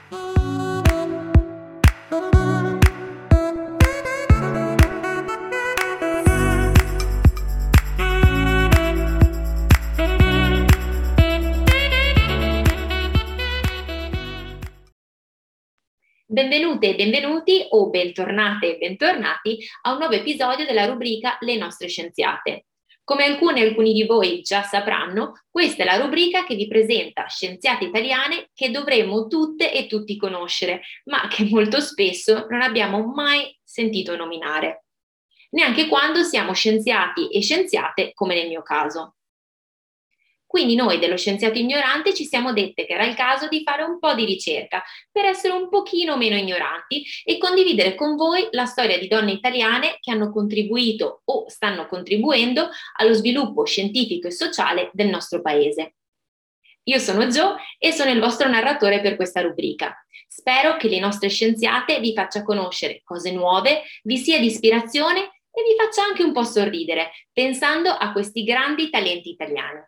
Benvenute e benvenuti o bentornate e bentornati a un nuovo episodio della rubrica Le nostre scienziate. Come alcuni di voi già sapranno, questa è la rubrica che vi presenta scienziate italiane che dovremmo tutte e tutti conoscere, ma che molto spesso non abbiamo mai sentito nominare, neanche quando siamo scienziati e scienziate come nel mio caso. Quindi noi dello Scienziato Ignorante ci siamo dette che era il caso di fare un po' di ricerca per essere un pochino meno ignoranti e condividere con voi la storia di donne italiane che hanno contribuito o stanno contribuendo allo sviluppo scientifico e sociale del nostro paese. Io sono Jo e sono il vostro narratore per questa rubrica. Spero che le nostre scienziate vi faccia conoscere cose nuove, vi sia di ispirazione e vi faccia anche un po' sorridere pensando a questi grandi talenti italiani.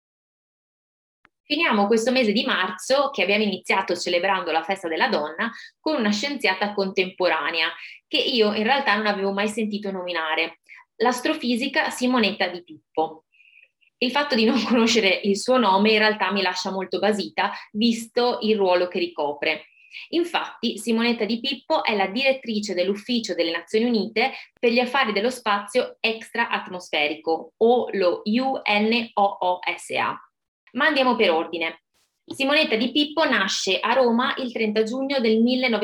Finiamo questo mese di marzo che abbiamo iniziato celebrando la festa della donna con una scienziata contemporanea che io in realtà non avevo mai sentito nominare, l'astrofisica Simonetta Di Pippo. Il fatto di non conoscere il suo nome in realtà mi lascia molto basita, visto il ruolo che ricopre. Infatti, Simonetta Di Pippo è la direttrice dell'Ufficio delle Nazioni Unite per gli affari dello spazio extra-atmosferico, o lo UNOOSA. Ma andiamo per ordine. Simonetta Di Pippo nasce a Roma il 30 giugno del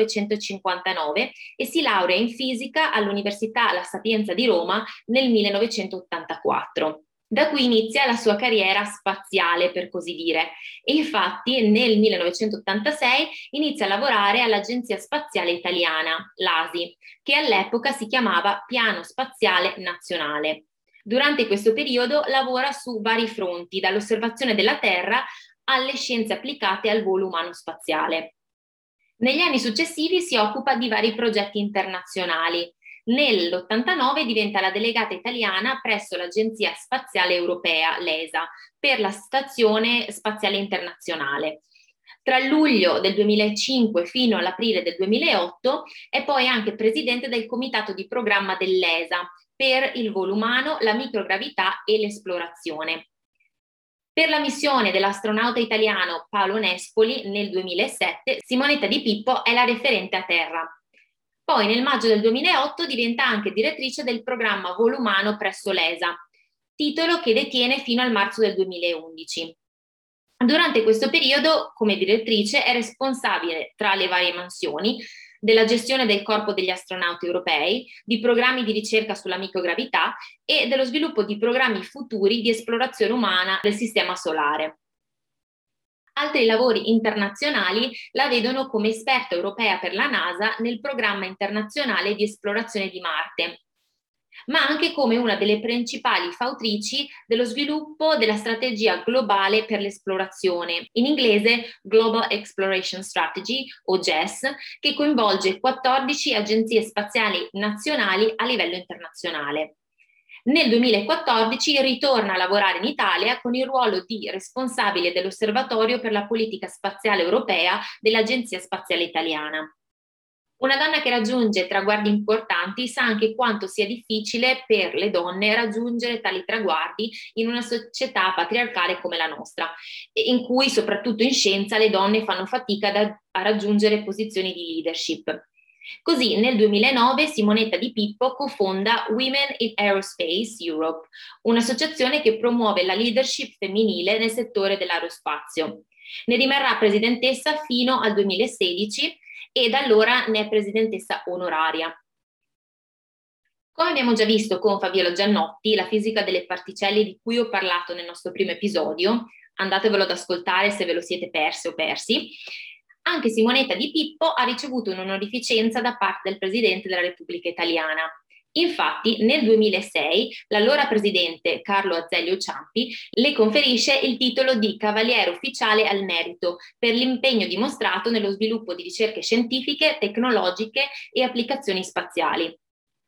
1959 e si laurea in fisica all'Università La Sapienza di Roma nel 1984. Da qui inizia la sua carriera spaziale, per così dire, e infatti nel 1986 inizia a lavorare all'Agenzia Spaziale Italiana, l'ASI, che all'epoca si chiamava Piano Spaziale Nazionale. Durante questo periodo lavora su vari fronti, dall'osservazione della Terra alle scienze applicate al volo umano spaziale. Negli anni successivi si occupa di vari progetti internazionali. Nell'89 diventa la delegata italiana presso l'Agenzia Spaziale Europea, l'ESA, per la Stazione Spaziale Internazionale. Tra il luglio del 2005 fino all'aprile del 2008 è poi anche presidente del comitato di programma dell'ESA per il volo umano, la microgravità e l'esplorazione. Per la missione dell'astronauta italiano Paolo Nespoli nel 2007, Simonetta Di Pippo è la referente a terra. Poi nel maggio del 2008 diventa anche direttrice del programma Volo Umano presso l'ESA, titolo che detiene fino al marzo del 2011. Durante questo periodo, come direttrice, è responsabile, tra le varie mansioni, della gestione del corpo degli astronauti europei, di programmi di ricerca sulla microgravità e dello sviluppo di programmi futuri di esplorazione umana del sistema solare. Altri lavori internazionali la vedono come esperta europea per la NASA nel programma internazionale di esplorazione di Marte, ma anche come una delle principali fautrici dello sviluppo della strategia globale per l'esplorazione, in inglese Global Exploration Strategy o GES, che coinvolge 14 agenzie spaziali nazionali a livello internazionale. Nel 2014 ritorna a lavorare in Italia con il ruolo di responsabile dell'Osservatorio per la politica spaziale europea dell'Agenzia Spaziale Italiana. Una donna che raggiunge traguardi importanti sa anche quanto sia difficile per le donne raggiungere tali traguardi in una società patriarcale come la nostra, in cui soprattutto in scienza le donne fanno fatica a raggiungere posizioni di leadership. Così nel 2009 Simonetta Di Pippo cofonda Women in Aerospace Europe, un'associazione che promuove la leadership femminile nel settore dell'aerospazio. Ne rimarrà presidentessa fino al 2016 e da allora ne è presidentessa onoraria. Come abbiamo già visto con Fabiola Giannotti, la fisica delle particelle di cui ho parlato nel nostro primo episodio, andatevelo ad ascoltare se ve lo siete perse o persi, anche Simonetta Di Pippo ha ricevuto un'onorificenza da parte del Presidente della Repubblica Italiana. Infatti, nel 2006, l'allora presidente Carlo Azeglio Ciampi le conferisce il titolo di Cavaliere Ufficiale al Merito per l'impegno dimostrato nello sviluppo di ricerche scientifiche, tecnologiche e applicazioni spaziali.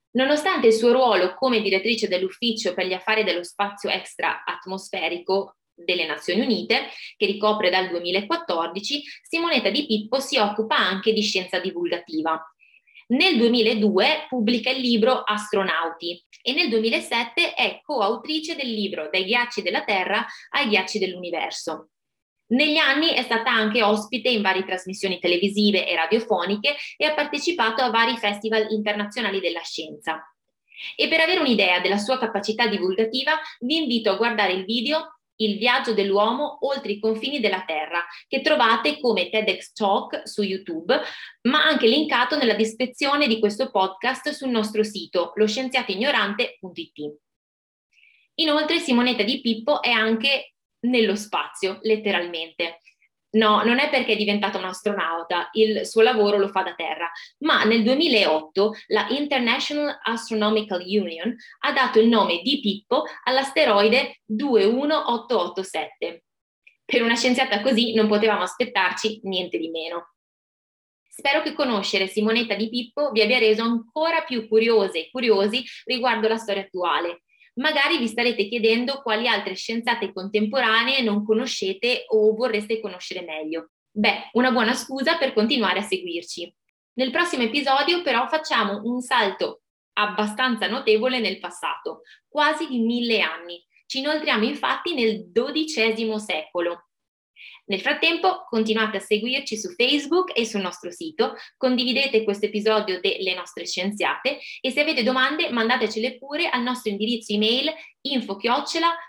Nonostante il suo ruolo come direttrice dell'Ufficio per gli affari dello spazio extra-atmosferico, delle Nazioni Unite, che ricopre dal 2014, Simonetta Di Pippo si occupa anche di scienza divulgativa. Nel 2002 pubblica il libro Astronauti e nel 2007 è coautrice del libro Dai ghiacci della Terra ai ghiacci dell'universo. Negli anni è stata anche ospite in varie trasmissioni televisive e radiofoniche e ha partecipato a vari festival internazionali della scienza. E per avere un'idea della sua capacità divulgativa vi invito a guardare il video Il viaggio dell'uomo oltre i confini della Terra, che trovate come TEDx Talk su YouTube, ma anche linkato nella descrizione di questo podcast sul nostro sito loscienziatoignorante.it. Inoltre Simonetta Di Pippo è anche nello spazio, letteralmente. No, non è perché è diventata un'astronauta, il suo lavoro lo fa da terra, ma nel 2008 la International Astronomical Union ha dato il nome di Pippo all'asteroide 21887. Per una scienziata così non potevamo aspettarci niente di meno. Spero che conoscere Simonetta Di Pippo vi abbia reso ancora più curiose e curiosi riguardo la storia attuale. Magari vi starete chiedendo quali altre scienziate contemporanee non conoscete o vorreste conoscere meglio. Beh, una buona scusa per continuare a seguirci. Nel prossimo episodio però facciamo un salto abbastanza notevole nel passato, quasi di 1000 anni. Ci inoltriamo infatti nel XII secolo. Nel frattempo continuate a seguirci su Facebook e sul nostro sito, condividete questo episodio delle nostre scienziate e se avete domande mandatecele pure al nostro indirizzo email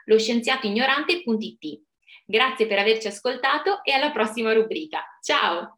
info@loscienziatoignorante.it. Grazie per averci ascoltato e alla prossima rubrica. Ciao!